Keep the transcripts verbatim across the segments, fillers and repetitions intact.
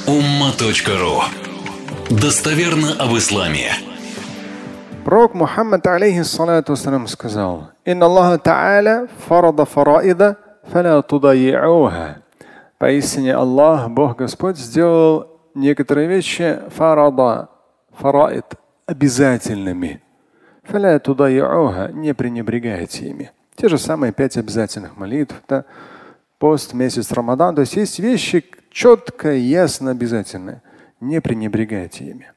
умма.ру. Достоверно об исламе. Пророк Мухаммад алейхиссалату вассалям сказал: «Инна Аллаха та'аля фарада фараида фаля тудаи'уха». Поистине Аллах, Бог Господь, сделал некоторые вещи фарада, фараид, обязательными. Фаля тудаи'уха, не пренебрегайте ими. Те же самые пять обязательных молитв, да? Пост, месяц Рамадан. То есть есть вещи четко, ясно обязательные. Не пренебрегайте ими.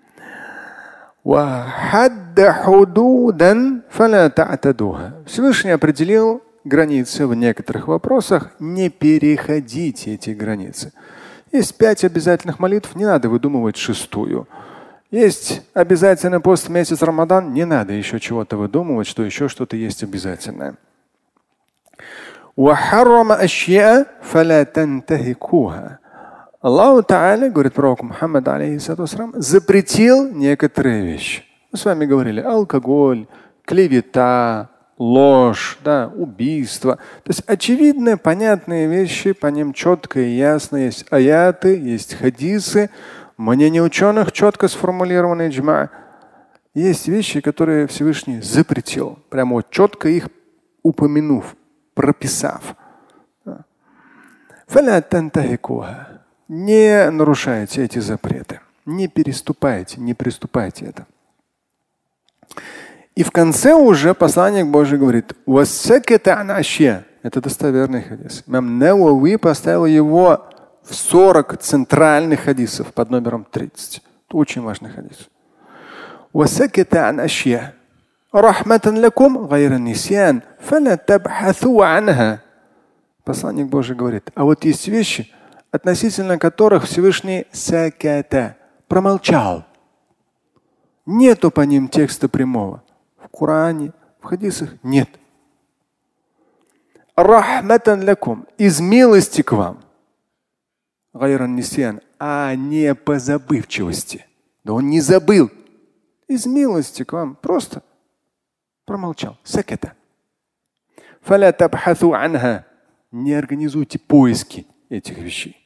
Всевышний определил границы в некоторых вопросах. Не переходите эти границы. Есть пять обязательных молитв, не надо выдумывать шестую. Есть обязательный пост месяц Рамадан, не надо еще чего-то выдумывать, что еще что-то есть обязательное. Аллах Та'аля, говорит пророк Мухаммад алейхиссалям, запретил некоторые вещи. Мы с вами говорили: алкоголь, клевета, ложь, да, убийство. То есть очевидные, понятные вещи, по ним четко и ясно. Есть аяты, есть хадисы, мнения ученых четко сформулированы, иджма. Есть вещи, которые Всевышний запретил, прямо вот четко их упомянув, прописав. Не нарушайте эти запреты, не переступайте, не приступайте это. И в конце уже посланник Божий говорит: это достоверный хадис. Имам Науави поставил его в сорок центральных хадисов под номером тридцать. Это очень важный хадис. Посланник Божий говорит: а вот есть вещи, относительно которых Всевышний саката, промолчал. Нету по ним текста прямого. В Коране, в хадисах нет. Рахматан лякум, из милости к вам. Гайран нисьян, а не по забывчивости. Да он не забыл. Из милости к вам просто промолчал. Саката. Фаля табхасу анха. Не организуйте поиски этих вещей.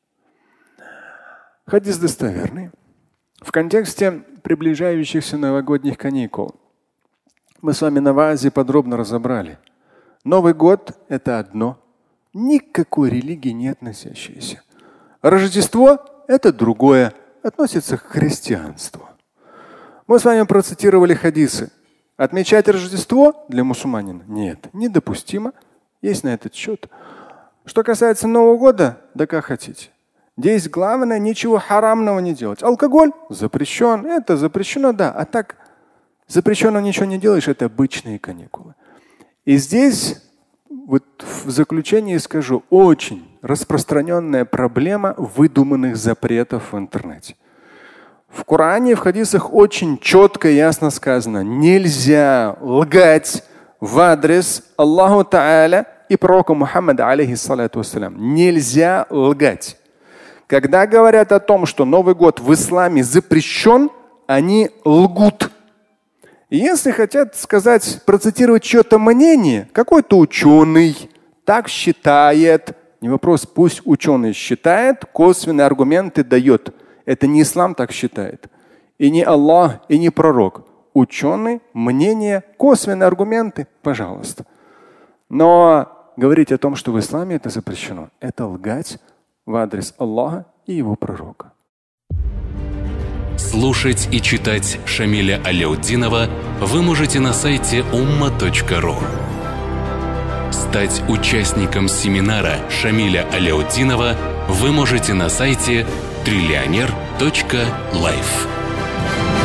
Хадис достоверный. В контексте приближающихся новогодних каникул мы с вами на ваазе подробно разобрали. Новый год – это одно, никакой религии не относящееся. Рождество – это другое, относится к христианству. Мы с вами процитировали хадисы. Отмечать Рождество для мусульманина – нет, недопустимо. Есть на этот счет. Что касается Нового года, да как хотите. Здесь главное ничего харамного не делать. Алкоголь запрещен, это запрещено, да. А так запрещенного ничего не делаешь, это обычные каникулы. И здесь, вот в заключение скажу, очень распространенная проблема выдуманных запретов в интернете. В Коране и в хадисах очень четко и ясно сказано: нельзя лгать в адрес Аллаху Та'аля и пророка Мухаммада алейхиссалату вассалям. Нельзя лгать. Когда говорят о том, что Новый год в исламе запрещен, они лгут. И если хотят сказать, процитировать чье-то мнение, какой-то ученый так считает, не вопрос, пусть ученый считает, косвенные аргументы дает. Это не ислам так считает. И не Аллах, и не пророк. Ученый, мнение, косвенные аргументы, пожалуйста. Но говорить о том, что в исламе это запрещено, это лгать в адрес Аллаха и его пророка. Слушать и читать Шамиля Аляутдинова вы можете на сайте умма точка ру. Стать участником семинара Шамиля Аляутдинова вы можете на сайте триллионер точка лайф.